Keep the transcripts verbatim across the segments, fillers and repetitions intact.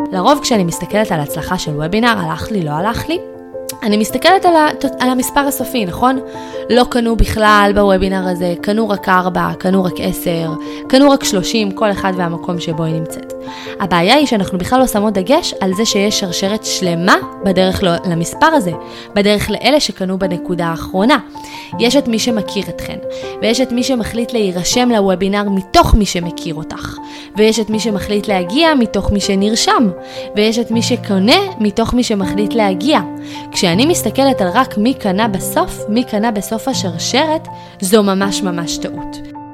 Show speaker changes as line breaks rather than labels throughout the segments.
לרוב כשאני מסתכלת על הצלחה של וובינר, הלך לי, לא הלך לי, אני מסתכלת על, ה, על המספר הסופי, נכון? לא קנו בכלל בוובינר הזה, קנו רק ארבע, קנו רק עשר, קנו רק שלושים, כל אחד והמקום שבו היא נמצאת. הבעיה היא שאנחנו בכלל לא שמות דגש על זה שיש שרשרת שלמה בדרך למספר הזה, בדרך לאלה שקנו בנקודה האחרונה. יש את מי שמכיר אתכן, ויש את מי שמחליט להירשם לוובינר מתוך מי שמכיר אותך, ויש את מי שמחליט להגיע מתוך מי שנרשם, ויש את מי שקונה מתוך מי שמחליט להגיע. כשאני מסתכלת על רק מי קנה בסוף, מי קנה בסוף השרשרת, זו ממש ממש טעות.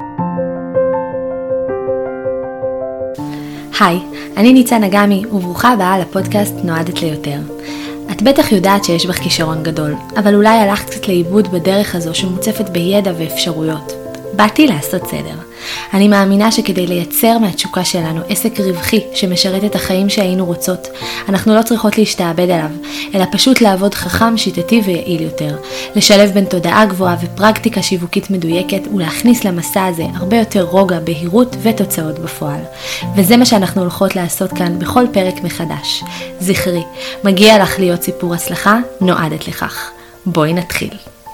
היי, אני ניצן אגמי, וברוכה הבאה לפודקאסט נועדת ליותר. את בטח יודעת שיש בך כישרון גדול, אבל אולי הלכת קצת לאיבוד בדרך הזו שמוצפת בידע ואפשרויות. באתי לעשות סדר. אני מאמינה שכדי לייצר מהתשוקה שלנו עסק רווחי שמשרת את החיים שהיינו רוצות, אנחנו לא צריכות להשתעבד עליו, אלא פשוט לעבוד חכם, שיטתי ויעיל יותר, לשלב בין תודעה גבוהה ופרקטיקה שיווקית מדויקת, ולהכניס למסע הזה הרבה יותר רוגע, בהירות ותוצאות בפועל. וזה מה שאנחנו הולכות לעשות כאן בכל פרק מחדש. זכרי, מגיע לך להיות סיפור הצלחה, נועדת לכך. בואי נתחיל.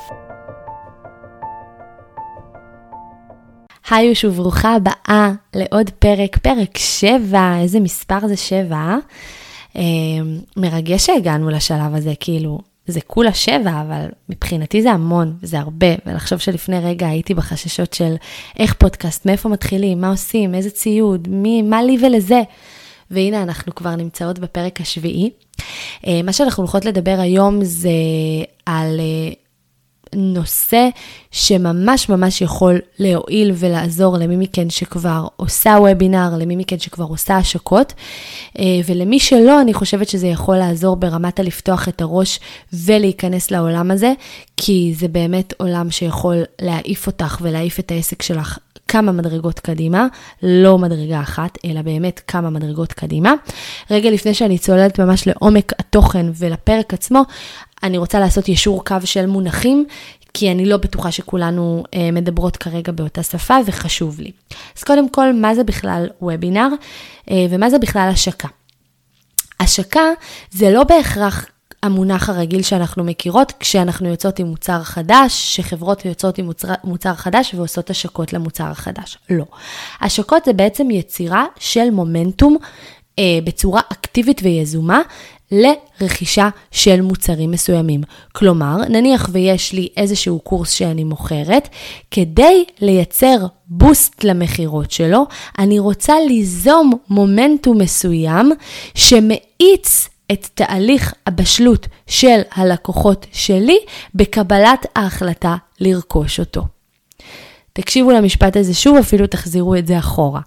היי ושוב, ברוכה הבאה לעוד פרק, פרק שבע, איזה מספר זה שבע? אה, מרגש שהגענו לשלב הזה, כאילו, זה כולה שבע, אבל מבחינתי זה המון, זה הרבה, ולחשוב שלפני רגע הייתי בחששות של איך פודקאסט, מאיפה מתחילים, מה עושים, איזה ציוד, מי, מה לי ולזה, והנה אנחנו כבר נמצאות בפרק השביעי. אה, מה שאנחנו הולכות לדבר היום זה על אה, נושא שממש ממש יכול להועיל ולעזור למי מכן שכבר עושה וובינר, למי מכן שכבר עושה השקות, ולמי שלא, אני חושבת שזה יכול לעזור ברמת הלפתוח את הראש ולהיכנס לעולם הזה, כי זה באמת עולם שיכול להעיף אותך ולהעיף את העסק שלך כמה מדרגות קדימה, לא מדרגה אחת, אלא באמת כמה מדרגות קדימה. רגע לפני שאני צוללת ממש לעומק התוכן ולפרק עצמו, אני רוצה לעשות ישור קו של מונחים, כי אני לא בטוחה שכולנו אה, מדברות כרגע באותה שפה, וחשוב לי. אז קודם כל, מה זה בכלל וובינר, אה, ומה זה בכלל השקה? השקה זה לא בהכרח המונח הרגיל שאנחנו מכירות, כשאנחנו יוצאות עם מוצר חדש, שחברות יוצאות עם מוצר, מוצר חדש ועושות השקות למוצר החדש. לא. השקות זה בעצם יצירה של מומנטום אה, בצורה אקטיבית ויזומה, לרכישה של מוצרים מסוימים. כלומר, נניח ויש לי איזשהו קורס שאני מוכרת, כדי לייצר בוסט למחירות שלו, אני רוצה ליזום מומנטום מסוים שמאיץ את תהליך הבשלות של הלקוחות שלי בקבלת ההחלטה לרכוש אותו. תקשיבו למשפט הזה שוב, אפילו תחזירו את זה אחורה.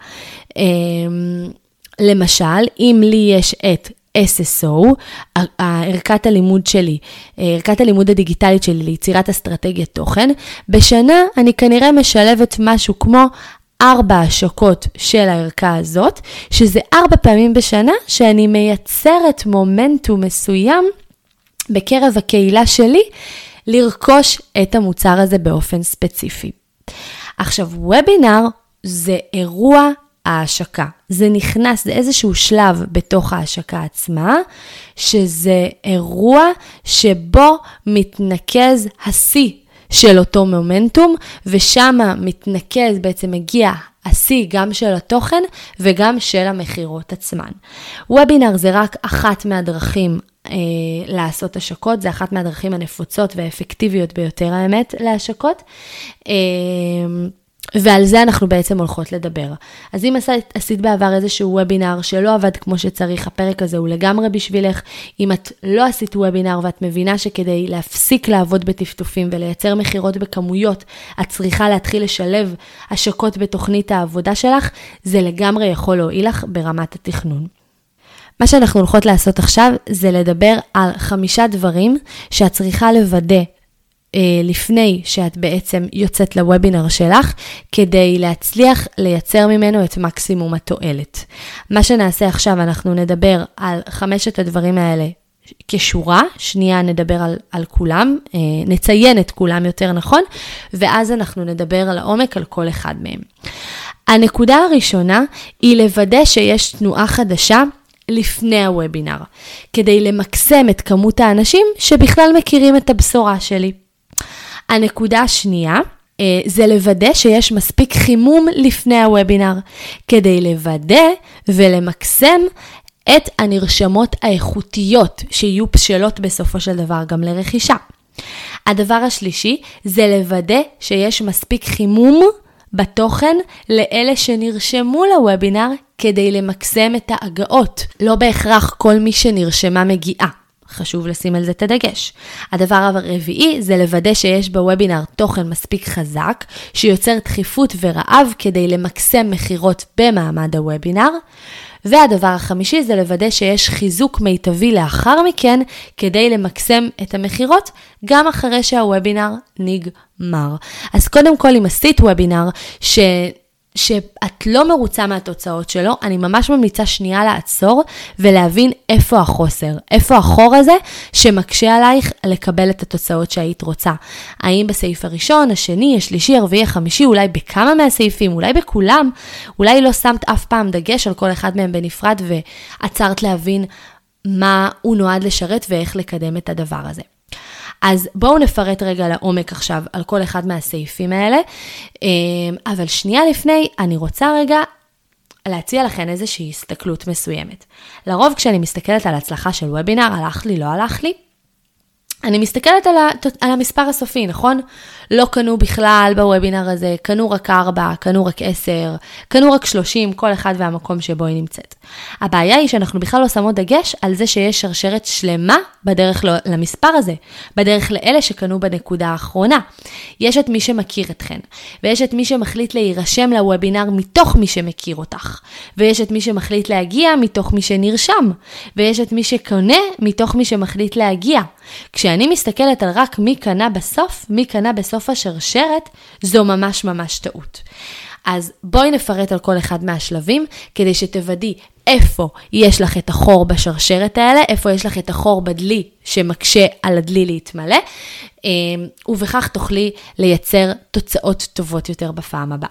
למשל, אם לי יש את אס אס או, ערכת הלימוד שלי, ערכת הלימוד הדיגיטלית שלי ליצירת אסטרטגיית תוכן, בשנה אני כנראה משלבת משהו כמו ארבע השקות של הערכה הזאת, שזה ארבע פעמים בשנה שאני מייצרת מומנטום מסוים בקרב הקהילה שלי לרכוש את המוצר הזה באופן ספציפי. עכשיו, וובינר זה אירוע ההשקה. זה נכנס, זה איזשהו שלב בתוך ההשקה עצמה, שזה אירוע שבו מתנקז השיא של אותו מומנטום, ושם מתנקז, בעצם מגיע השיא גם של התוכן וגם של המחירות עצמן. וובינר זה רק אחת מהדרכים אה, לעשות השקות, זה אחת מהדרכים הנפוצות והאפקטיביות ביותר האמת להשקות, אה, ועל זה אנחנו בעצם הולכות לדבר. אז אם עשית בעבר איזשהו וובינר שלא עבד כמו שצריך, הפרק הזה הוא לגמרי בשבילך. אם את לא עשית וובינר ואת מבינה שכדי להפסיק לעבוד בטפטופים ולייצר מחירות בכמויות, את צריכה להתחיל לשלב השקות בתוכנית העבודה שלך, זה לגמרי יכול להועיל לך ברמת התכנון. מה שאנחנו הולכות לעשות עכשיו זה לדבר על חמישה דברים שאת צריכה לוודא לפני שאת בעצם יוצאת לוובינר שלך, כדי להצליח לייצר ממנו את מקסימום התועלת. מה שנעשה עכשיו, אנחנו נדבר על חמשת הדברים האלה כשורה, שנייה נדבר על, על כולם, נציין את כולם יותר נכון, ואז אנחנו נדבר על העומק על כל אחד מהם. הנקודה הראשונה היא לוודא שיש תנועה חדשה לפני הוובינר, כדי למקסם את כמות האנשים שבכלל מכירים את הבשורה שלי. הנקודה השנייה, זה לוודא שיש מספיק חימום לפני הוובינר, כדי לוודא ולמקסם את הנרשמות האיכותיות שיהיו בשלות בסופו של דבר גם לרכישה. הדבר השלישי זה לוודא שיש מספיק חימום בתוכן לאלה שנרשמו לוובינר כדי למקסם את ההגעות. לא בהכרח כל מי שנרשמה מגיעה. חשוב לשים על זה את הדגש. הדבר הרביעי זה לוודא שיש בוובינר תוכן מספיק חזק, שיוצר דחיפות ורעב כדי למקסם מחירות במעמד הוובינר. והדבר החמישי זה לוודא שיש חיזוק מיטבי לאחר מכן, כדי למקסם את המחירות גם אחרי שהוובינר נגמר. אז קודם כל, אם עשית וובינר ש... שאת לא מרוצה מהתוצאות שלו, אני ממש ממליצה שנייה לעצור ולהבין איפה החוסר, איפה החור הזה שמקשה עלייך לקבל את התוצאות שהיית רוצה. האם בסעיף הראשון, השני, השלישי, הרביעי, החמישי, אולי בכמה מהסעיפים, אולי בכולם, אולי לא שמת אף פעם דגש על כל אחד מהם בנפרד ועצרת להבין מה הוא נועד לשרת ואיך לקדם את הדבר הזה. אז בואו נפרט רגע לעומק עכשיו על כל אחד מהסעיפים האלה, אבל שנייה לפני אני רוצה רגע להציע לכם איזושהי הסתכלות מסוימת. לרוב כשאני מסתכלת על הצלחה של וובינר, הלך לי, לא הלך לי, אני מסתכלת על, ה, על המספר הסופי, נכון? לא קנו בכלל בוובינר הזה, קנו רק ארבע, קנו רק עשר, קנו רק שלושים, כל אחד והמקום שבו היא נמצאת. הבעיה היא שאנחנו בכלל לא שמות דגש על זה שיש שרשרת שלמה בדרך למספר הזה, בדרך לאלה שקנו בנקודה האחרונה. יש את מי שמכיר אתכן, ויש את מי שמחליט להירשם לוובינר מתוך מי שמכיר אותך, ויש את מי שמחליט להגיע מתוך מי שנרשם, ויש את מי שקונה מתוך מי שמחליט להגיע. כשאני מסתכלת על רק מי קנה בסוף, מי קנה בסוף השרשרת, זו ממש ממש טעות. אז בואי נפרט על כל אחד מהשלבים, כדי שתוודאי איפה יש לך את החור בשרשרת האלה, איפה יש לך את החור בדלי שמקשה על הדלי להתמלא, ובכך תוכלי לייצר תוצאות טובות יותר בפעם הבאה.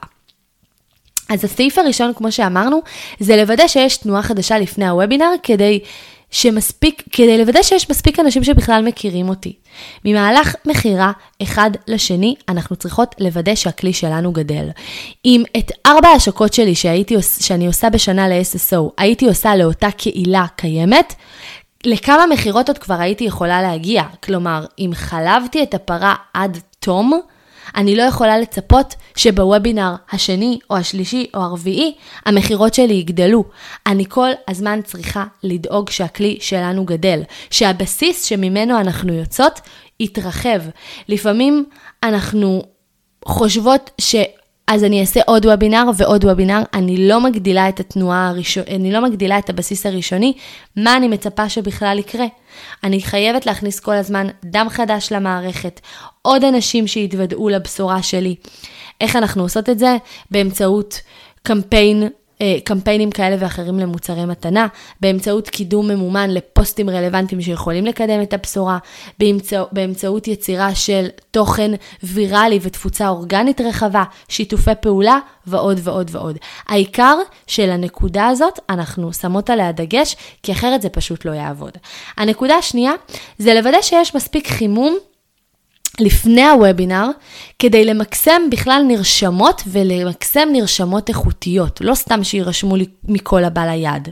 אז הסעיף הראשון, כמו שאמרנו, זה לוודא שיש תנועה חדשה לפני הוובינר, כדי שמספיק, כדי לוודא שיש מספיק אנשים שבכלל מכירים אותי. ממהלך מחירה אחד לשני, אנחנו צריכות לוודא שהכלי שלנו גדל. אם את ארבע השקות שלי שהייתי, שאני עושה בשנה ל-אס אס או, הייתי עושה לאותה קהילה קיימת, לכמה מחירות עוד כבר הייתי יכולה להגיע. כלומר, אם חלבתי את הפרה עד תום, אני לא יכולה לצפות שבוובינר השני או השלישי או הרביעי, המחירות שלי יגדלו. אני כל הזמן צריכה לדאוג שהכלי שלנו גדל, שהבסיס שממנו אנחנו יוצאות יתרחב. לפעמים אנחנו חושבות ש... אז אני אעשה עוד וובינר ועוד וובינר, אני לא מגדילה את התנועה הראשונית, אני לא מגדילה את הבסיס הראשוני, מה אני מצפה שבכלל יקרה? אני חייבת להכניס כל הזמן דם חדש למערכת, עוד אנשים שיתוודעו לבשורה שלי. איך אנחנו עושות את זה? באמצעות קמפיין, קמפיינים כאלה ואחרים למוצרי מתנה, באמצעות קידום ממומן לפוסטים רלוונטיים שיכולים לקדם את הבשורה, באמצע, באמצעות יצירה של תוכן ויראלי ותפוצה אורגנית רחבה, שיתופי פעולה ועוד ועוד ועוד. העיקר של הנקודה הזאת, אנחנו שמות עליה דגש, כי אחרת זה פשוט לא יעבוד. הנקודה השנייה, זה לוודא שיש מספיק חימום, לפני הוובינר, כדי למקסם בכלל נרשמות ולמקסם נרשמות איכותיות, לא סתם שירשמו לי מכל הבא ליד.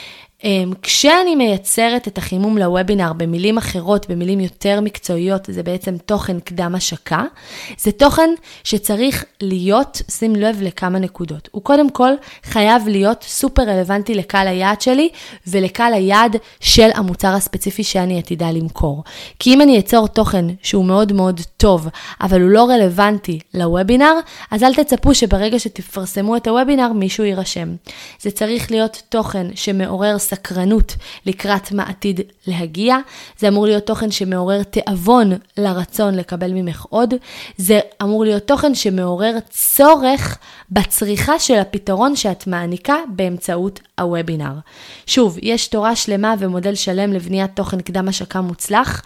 כשאני מייצרת את החימום לוובינר במילים אחרות, במילים יותר מקצועיות, זה בעצם תוכן קדם השקה, זה תוכן שצריך להיות, שים לב לכמה נקודות. הוא קודם כל חייב להיות סופר רלוונטי לקהל היעד שלי, ולקהל היעד של המוצר הספציפי שאני עתידה למכור. כי אם אני אצור תוכן שהוא מאוד מאוד טוב, אבל הוא לא רלוונטי לוובינר, אז אל תצפו שברגע שתפרסמו את הוובינר, מישהו יירשם. זה צריך להיות תוכן שמעורר סקרנות לקראת מה עתיד להגיע, זה אמור להיות תוכן שמעורר תאבון לרצון לקבל ממך עוד, זה אמור להיות תוכן שמעורר צורך בצריכה של הפתרון שאת מעניקה באמצעות הוובינר. שוב, יש תורה שלמה ומודל שלם לבניית תוכן קדם השקה מוצלח,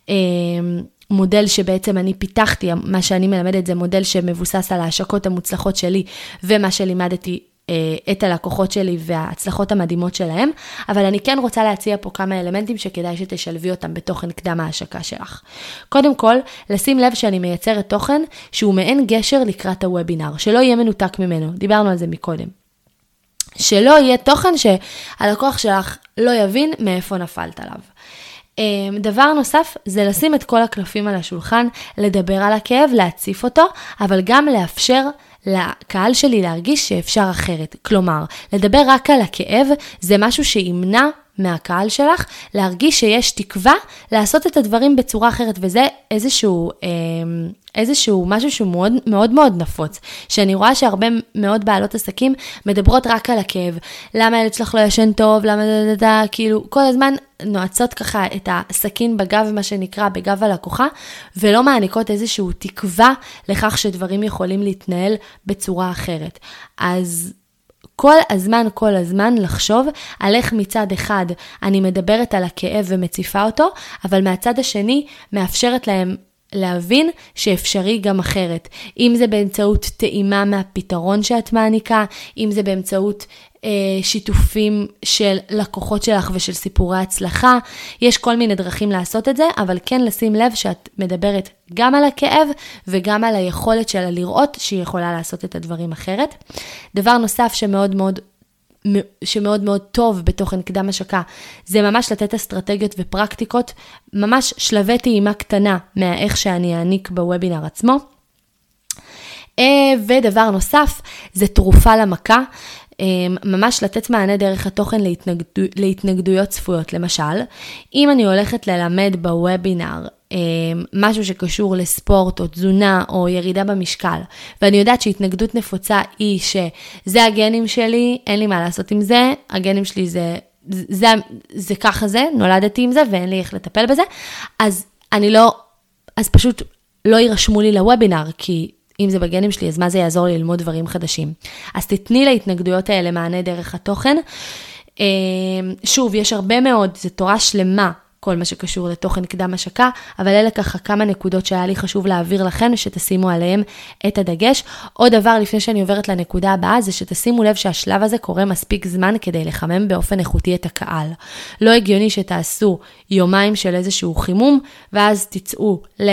מודל שבעצם אני פיתחתי, מה שאני מלמדת זה מודל שמבוסס על ההשקות המוצלחות שלי, ומה שלימדתי את הלקוחות שלי וההצלחות המדהימות שלהם, אבל אני כן רוצה להציע פה כמה אלמנטים שכדאי שתשלבי אותם בתוכן קדם ההשקה שלך. קודם כל, לשים לב שאני מייצרת תוכן שהוא מעין גשר לקראת הוובינר, שלא יהיה מנותק ממנו, דיברנו על זה מקודם. שלא יהיה תוכן שהלקוח שלך לא יבין מאיפה נפלת עליו. דבר נוסף זה לשים את כל הקלפים על השולחן, לדבר על הכאב, להציף אותו, אבל גם לאפשר לקהל שלי להרגיש שאפשר אחרת. כלומר, לדבר רק על הכאב זה משהו שימנע מהקהל שלך להרגיש שיש תקווה לעשות את הדברים בצורה אחרת, וזה איזשהו, איזשהו משהו שהוא מאוד מאוד מאוד נפוץ, שאני רואה שהרבה מאוד בעלות עסקים מדברות רק על הכאב, למה הילד שלך לא ישן טוב, למה דה דה דה, כאילו כל הזמן נועצות ככה את הסכין בגב, מה שנקרא בגב הלקוחה, ולא מעניקות איזשהו תקווה לכך שדברים יכולים להתנהל בצורה אחרת. אז כל הזמן, כל הזמן לחשוב על איך מצד אחד אני מדברת על הכאב ומציפה אותו, אבל מהצד השני מאפשרת להם להבין שאפשרי גם אחרת. אם זה באמצעות טעימה מהפתרון שאת מעניקה, אם זה באמצעות אה, שיתופים של לקוחות שלך ושל סיפורי הצלחה, יש כל מיני דרכים לעשות את זה, אבל כן לשים לב שאת מדברת גם על הכאב וגם על היכולת שלה לראות שהיא יכולה לעשות את הדברים אחרת. דבר נוסף שמאוד מאוד שמאוד מאוד טוב בתוכן קדם השקה, זה ממש לתת אסטרטגיות ופרקטיקות, ממש שלבי טעימה קטנה מהאיך שאני אעניק בוובינר עצמו. ודבר נוסף, זה תרופה למכה, ממש לתת מענה דרך התוכן להתנגדו, להתנגדויות צפויות. למשל, אם אני הולכת ללמד בוובינר משהו שקשור לספורט או תזונה או ירידה במשקל, ואני יודעת שהתנגדות נפוצה היא שזה הגנים שלי, אין לי מה לעשות עם זה, הגנים שלי זה, זה, זה, זה ככה זה, נולדתי עם זה ואין לי איך לטפל בזה, אז אני לא, אז פשוט לא יירשמו לי לוובינר, כי אם זה בגנים שלי, אז מה זה יעזור לי ללמוד דברים חדשים? אז תתני להתנגדויות האלה מענה דרך התוכן. שוב, יש הרבה מאוד, זה תורה שלמה, כל מה שקשור לתוכן קדם השקה, אבל אלה ככה כמה נקודות שהיה לי חשוב להעביר לכם, שתשימו עליהם את הדגש. עוד דבר לפני שאני עוברת לנקודה הבאה, זה שתשימו לב שהשלב הזה קורה מספיק זמן כדי לחמם באופן איכותי את הקהל. לא הגיוני שתעשו יומיים של איזשהו חימום, ואז תצאו ל...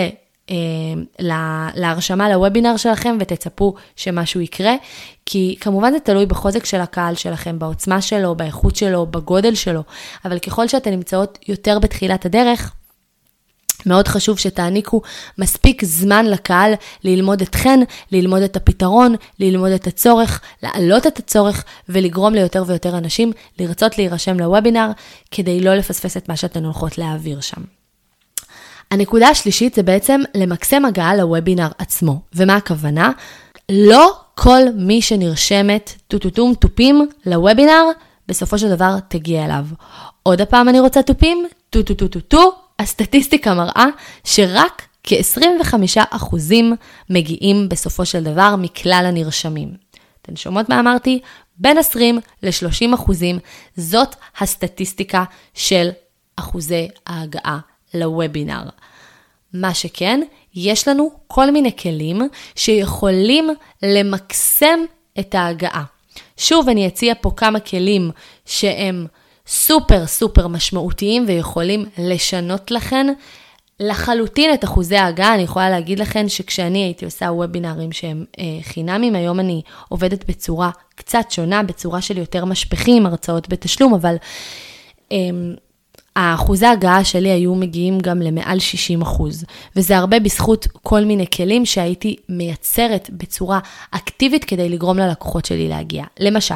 להרשמה לוובינר שלכם ותצפו שמשהו יקרה, כי כמובן זה תלוי בחוזק של הקהל שלכם, בעוצמה שלו, באיכות שלו, בגודל שלו, אבל ככל שאתן נמצאות יותר בתחילת הדרך, מאוד חשוב שתעניקו מספיק זמן לקהל ללמוד אתכן, ללמוד את הפתרון, ללמוד את הצורך, להעלות את הצורך ולגרום ליותר ויותר אנשים לרצות להירשם לוובינר, כדי לא לפספס את מה שאתן הולכות להעביר שם. הנקודה השלישית זה בעצם למקסם הגעה לוובינר עצמו. ומה הכוונה? לא כל מי שנרשמת טוטוטום טופים לוובינר, בסופו של דבר תגיע אליו. עוד הפעם אני רוצה טופים, טוטוטוטוטו, הסטטיסטיקה מראה שרק כ-עשרים וחמישה אחוז מגיעים בסופו של דבר מכלל הנרשמים. אתן שומעות מה אמרתי? בין עשרים ל-שלושים אחוזים, זאת הסטטיסטיקה של אחוזי ההגעה לוובינר. מה שכן, יש לנו כל מיני כלים שיכולים למקסם את ההגעה. שוב, אני אציע פה כמה כלים שהם סופר סופר משמעותיים ויכולים לשנות לכן לחלוטין את אחוזי ההגעה. אני יכולה להגיד לכן שכשאני הייתי עושה וובינרים שהם אה, חינמים, היום אני עובדת בצורה קצת שונה, בצורה של יותר משפחים, הרצאות בתשלום, אבל אה, האחוזי ההגעה שלי היו מגיעים גם למעל שישים אחוז, וזה הרבה בזכות כל מיני כלים שהייתי מייצרת בצורה אקטיבית כדי לגרום ללקוחות שלי להגיע. למשל,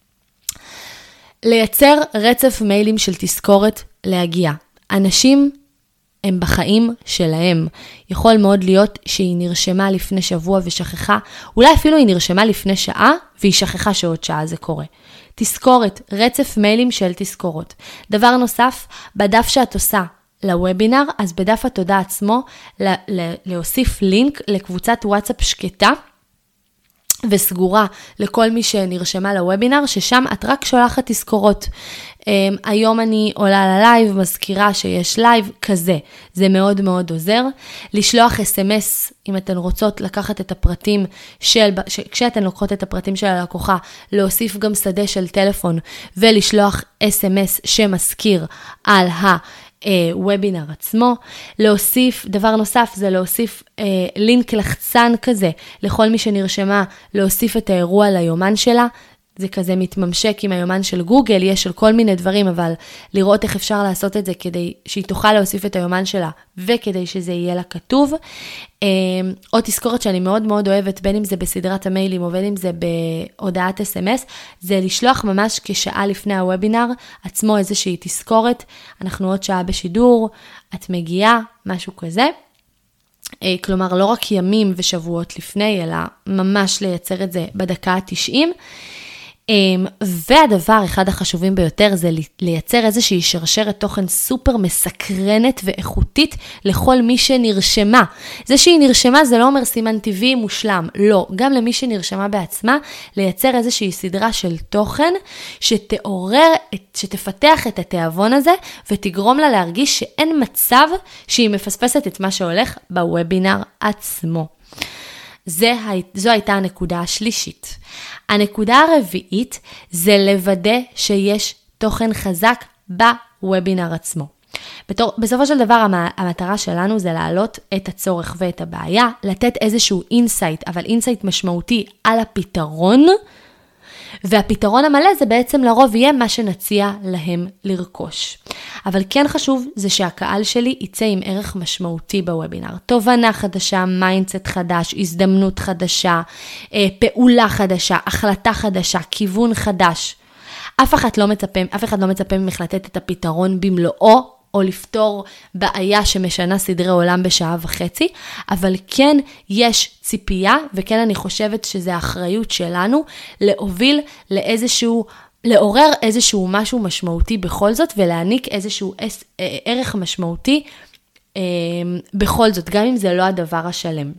לייצר רצף מיילים של תזכורת להגיע. אנשים הם בחיים שלהם. יכול מאוד להיות שהיא נרשמה לפני שבוע ושכחה, אולי אפילו היא נרשמה לפני שעה והיא שכחה שעוד שעה זה קורה. תזכורת, רצף מיילים של תזכורות. דבר נוסף, בדף שאת עושה לוובינר, אז בדף התודה עצמו, להוסיף לינק לקבוצת וואטסאפ שקטה, וסגורה לכל מי שנרשמה לוובינר, ששם את רק שולחת תזכורות. Um, היום אני עולה ללייב, מזכירה שיש לייב כזה, זה מאוד מאוד עוזר. לשלוח אס אם אס, אם אתן רוצות לקחת את הפרטים של, ש, כשאתן לוקחות את הפרטים של הלקוחה, להוסיף גם שדה של טלפון, ולשלוח אס אם אס שמזכיר על ה... וובינר עצמו. להוסיף, דבר נוסף זה להוסיף אה, לינק לחצן כזה לכל מי שנרשמה, להוסיף את האירוע ליומן שלה. זה כזה מתממשק עם היומן של גוגל, יש של כל מיני דברים, אבל לראות איך אפשר לעשות את זה כדי שהיא תוכל להוסיף את היומן שלה, וכדי שזה יהיה לה כתוב. עוד תזכורת שאני מאוד מאוד אוהבת, בין אם זה בסדרת המיילים, או בין אם זה בהודעת אס אם אס, זה לשלוח ממש כשעה לפני הוובינר, עצמו איזושהי תזכורת, אנחנו עוד שעה בשידור, את מגיעה, משהו כזה. כלומר, לא רק ימים ושבועות לפני, אלא ממש לייצר את זה בדקה ה-תשעים. והדבר, אחד החשובים ביותר, זה לייצר איזושהי שרשרת תוכן סופר מסקרנת ואיכותית לכל מי שנרשמה. זה שהיא נרשמה זה לא אומר סימן טבעי מושלם, לא. גם למי שנרשמה בעצמה, לייצר איזושהי סדרה של תוכן שתעורר, שתפתח את התיאבון הזה, ותגרום לה להרגיש שאין מצב שהיא מפספסת את מה שהולך בוובינר עצמו. זה, זו הייתה הנקודה השלישית. הנקודה הרביעית זה לוודא שיש תוכן חזק בוובינר עצמו. בתור, בסופו של דבר המטרה שלנו זה להעלות את הצורך ואת הבעיה, לתת איזשהו אינסייט, אבל אינסייט משמעותי על הפתרון, והפתרון המלא זה בעצם לרוב יהיה מה שנציע להם לרכוש. אבל כן חשוב זה שהקהל שלי יצא עם ערך משמעותי בוובינר. תובנה חדשה, מיינדסט חדש, הזדמנות חדשה, פעולה חדשה, החלטה חדשה, כיוון חדש. אף אחד לא מצפה, אף אחד לא מצפה ממך לתת את הפתרון במלואו, או לפתור בעיה שמשנה סדרי עולם בשעה וחצי, אבל כן יש ציפייה, וכן אני חושבת שזה האחריות שלנו, להוביל לאיזשהו, לעורר איזשהו משהו משמעותי בכל זאת, ולהעניק איזשהו ערך משמעותי אה, בכל זאת, גם אם זה לא הדבר השלם.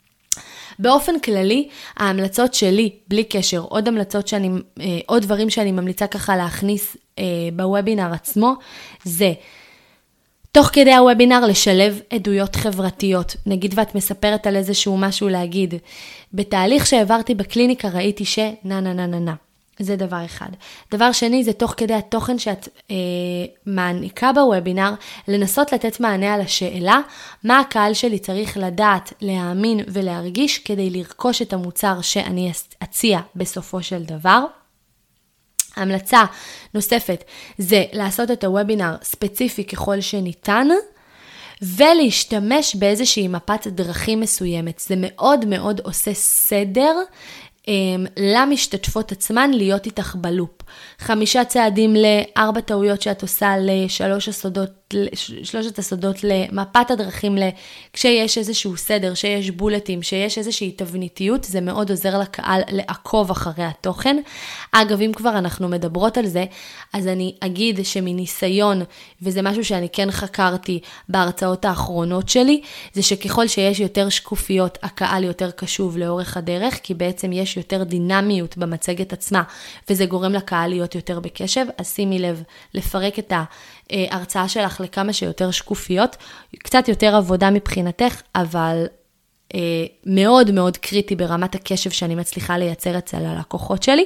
באופן כללי, ההמלצות שלי, בלי קשר, עוד המלצות שאני, אה, עוד דברים שאני ממליצה ככה להכניס אה, בוובינר עצמו, זה תוך כדי הוובינר לשלב עדויות חברתיות. נגיד ואת מספרת על איזשהו משהו להגיד. בתהליך שהעברתי בקליניקה ראיתי ש... נה נה נה נה נה. זה דבר אחד. דבר שני זה תוך כדי התוכן שאת אה, מעניקה בוובינר, לנסות לתת מענה על השאלה, מה הקהל שלי צריך לדעת, להאמין ולהרגיש כדי לרכוש את המוצר שאני אציע בסופו של דבר. המלצה נוספת זה לעשות את הוובינר ספציפי ככל שניתן, ולהשתמש באיזושהי מפת דרכים מסוימת. זה מאוד מאוד עושה סדר למשתתפות עצמן להיות איתך בלופ. חמישה צעדים לארבע טעויות שאת עושה לשלוש הסודות, שלושת הסודות למפת הדרכים, כשיש איזשהו סדר, שיש בולטים, שיש איזושהי תבניתיות, זה מאוד עוזר לקהל לעקוב אחרי התוכן. אגב, אם כבר אנחנו מדברות על זה, אז אני אגיד שמניסיון, וזה משהו שאני כן חקרתי בהרצאות האחרונות שלי, זה שככל שיש יותר שקופיות, הקהל יותר קשוב לאורך הדרך, כי בעצם יש יותר דינמיות במצגת עצמה, וזה גורם לקהל להיות יותר בקשב. אז שימי לב לפרק את ההרצאה שלך לכמה שיותר שקופיות, קצת יותר עבודה מבחינתך, אבל אה, מאוד מאוד קריטי ברמת הקשב שאני מצליחה לייצר אצל הלקוחות שלי.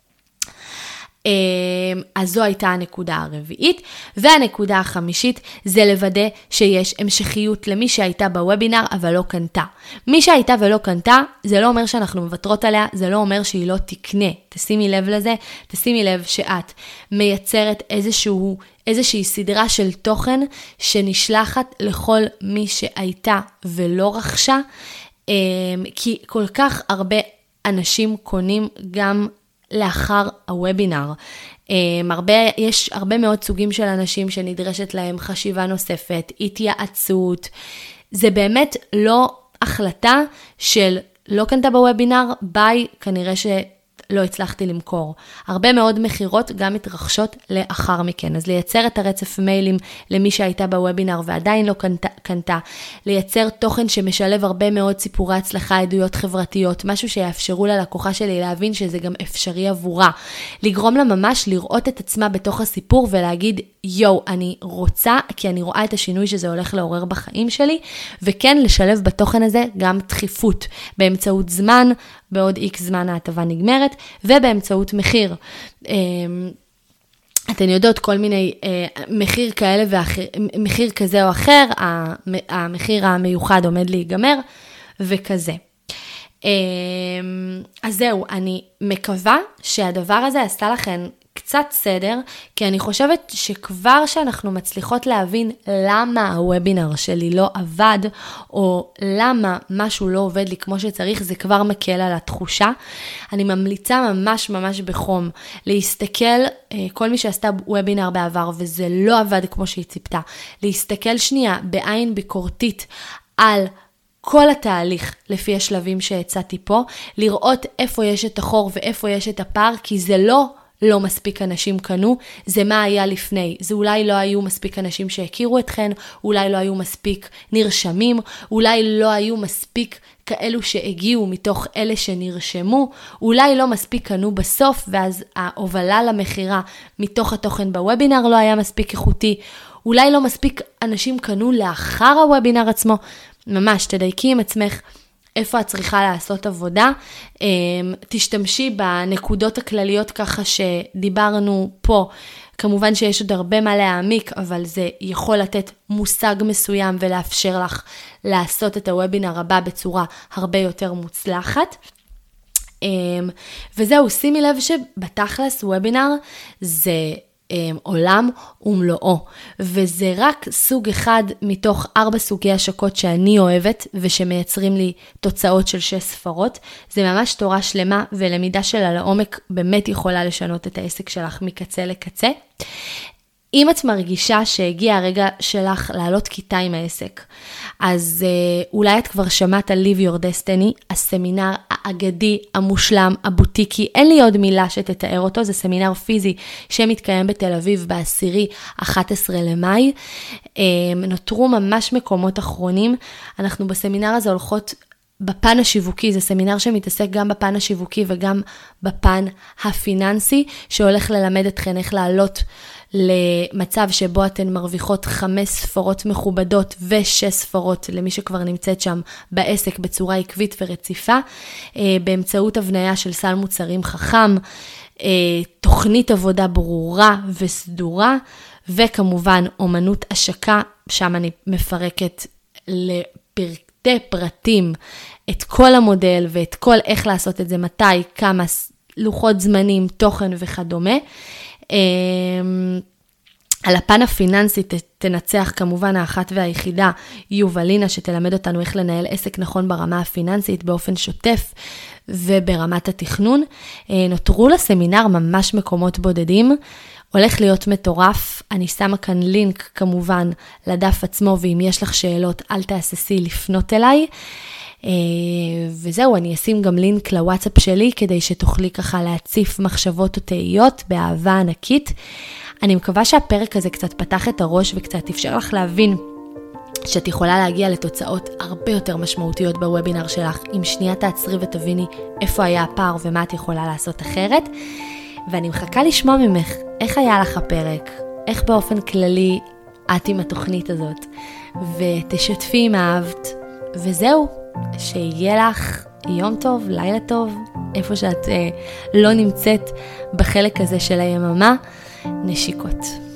אז זו הייתה הנקודה הרביעית, והנקודה החמישית זה לוודא שיש המשכיות למי שהייתה בוובינר אבל לא קנתה. מי שהייתה ולא קנתה, זה לא אומר שאנחנו מוותרות עליה, זה לא אומר שהיא לא תקנה. תשימי לב לזה, תשימי לב שאת מייצרת איזשהו, איזושהי סדרה של תוכן שנשלחת לכל מי שהייתה ולא רכשה, כי כל כך הרבה אנשים קונים גם לאחר הוובינר. הרבה, יש הרבה מאוד סוגים של אנשים שנדרשת להם חשיבה נוספת, התייעצות. זה באמת לא החלטה של לא קנתה בוובינר, ביי, כנראה שלא הצלחתי למכור. הרבה מאוד מחירות גם מתרחשות לאחר מכן. אז לייצר את הרצף מיילים למי שהייתה בוובינר ועדיין לא קנתה, קנתה, לייצר תוכן שמשלב הרבה מאוד סיפורי הצלחה, עדויות חברתיות, משהו שיאפשרו ללקוחה שלי להבין שזה גם אפשרי עבורה, לגרום לה ממש לראות את עצמה בתוך הסיפור ולהגיד, יו, אני רוצה, כי אני רואה את השינוי שזה הולך לעורר בחיים שלי, וכן לשלב בתוכן הזה גם דחיפות, באמצעות זמן, בעוד איקס זמן ההטבה נגמרת, ובאמצעות מחיר. אתן יודעות כל מיני אה, מחיר כאלה ואחר, מחיר כזה או אחר, המחיר המיוחד עומד להיגמר, וכזה. אה, אז זהו, אני מקווה שהדבר הזה עשה לכם קצת סדר, כי אני חושבת שכבר שאנחנו מצליחות להבין למה הוובינר שלי לא עבד, או למה משהו לא עובד לי כמו שצריך, זה כבר מקל על התחושה. אני ממליצה ממש ממש בחום להסתכל, כל מי שעשתה וובינר בעבר וזה לא עבד כמו שהיא ציפתה, להסתכל שנייה בעין ביקורתית על כל התהליך לפי השלבים שהצעתי פה, לראות איפה יש את החור ואיפה יש את הפער, כי זה לא לא מספיק אנשים קנו, זה מה היה לפני. זה אולי לא היו מספיק אנשים שהכירו אתכן, אולי לא היו מספיק נרשמים, אולי לא היו מספיק כאלו שהגיעו מתוך אלה שנרשמו, אולי לא מספיק קנו בסוף, ואז ההובלה למחירה מתוך התוכן בוובינר לא היה מספיק איכותי, אולי לא מספיק אנשים קנו לאחר הוובינר עצמו. ממש תדייקי עם עצמך איפה את צריכה לעשות עבודה, תשתמשי בנקודות הכלליות ככה שדיברנו פה, כמובן שיש עוד הרבה מה להעמיק, אבל זה יכול לתת מושג מסוים ולאפשר לך לעשות את הוובינר הבא בצורה הרבה יותר מוצלחת. וזהו, שימי לב שבתכלס וובינר זה עולם ומלואו, וזה רק סוג אחד מתוך ארבע סוגי השקות שאני אוהבת ושמייצרים לי תוצאות של שש ספרות. זה ממש תורה שלמה, ולמידה שלה לעומק באמת יכולה לשנות את העסק שלך מקצה לקצה. אם את מרגישה שהגיע הרגע שלך לעלות כיתה עם העסק, אז אה, אולי את כבר שמעת על Live Your Destiny, הסמינר האגדי, המושלם, הבוטיקי, אין לי עוד מילה שתתאר אותו, זה סמינר פיזי שמתקיים בתל אביב בעשירי אחת עשרה למאי, אה, נותרו ממש מקומות אחרונים, אנחנו בסמינר הזה הולכות בפן השיווקי, זה סמינר שמתעסק גם בפן השיווקי וגם בפן הפיננסי, שהולך ללמד אתכן איך לעלות למצב שבו אתן מרוויחות חמש ספרות מכובדות ושש ספרות למי שכבר נמצאת שם בעסק בצורה עקבית ורציפה, באמצעות הבניה של סל מוצרים חכם, תוכנית עבודה ברורה וסדורה, וכמובן אומנות השקה, שם אני מפרקת לפרטי פרטים את כל המודל ואת כל איך לעשות את זה, מתי, כמה לוחות זמנים, תוכן וכדומה. על הפן הפיננסי תנצח כמובן האחת והיחידה יובלינה, שתלמד אותנו איך לנהל עסק נכון ברמה הפיננסית באופן שוטף וברמת התכנון. נותרו לסמינר ממש מקומות בודדים, הולך להיות מטורף. אני שמה כאן לינק כמובן לדף עצמו, ואם יש לך שאלות אל תהססי לפנות אליי. וזהו, אני אשים גם לינק לוואטסאפ שלי כדי שתוכלי ככה להציף מחשבות או תהיות באהבה ענקית. אני מקווה שהפרק הזה קצת פתח את הראש וקצת אפשר לך להבין שאת יכולה להגיע לתוצאות הרבה יותר משמעותיות בוובינר שלך, אם שנייה תעצרי ותביני איפה היה הפער ומה את יכולה לעשות אחרת. ואני מחכה לשמוע ממך איך היה לך הפרק, איך באופן כללי את עם התוכנית הזאת, ותשתפי אם אהבת. וזהו, שיהיה לך יום טוב, לילה טוב, איפה שאת אה, לא נמצאת בחלק הזה של היממה. נשיקות.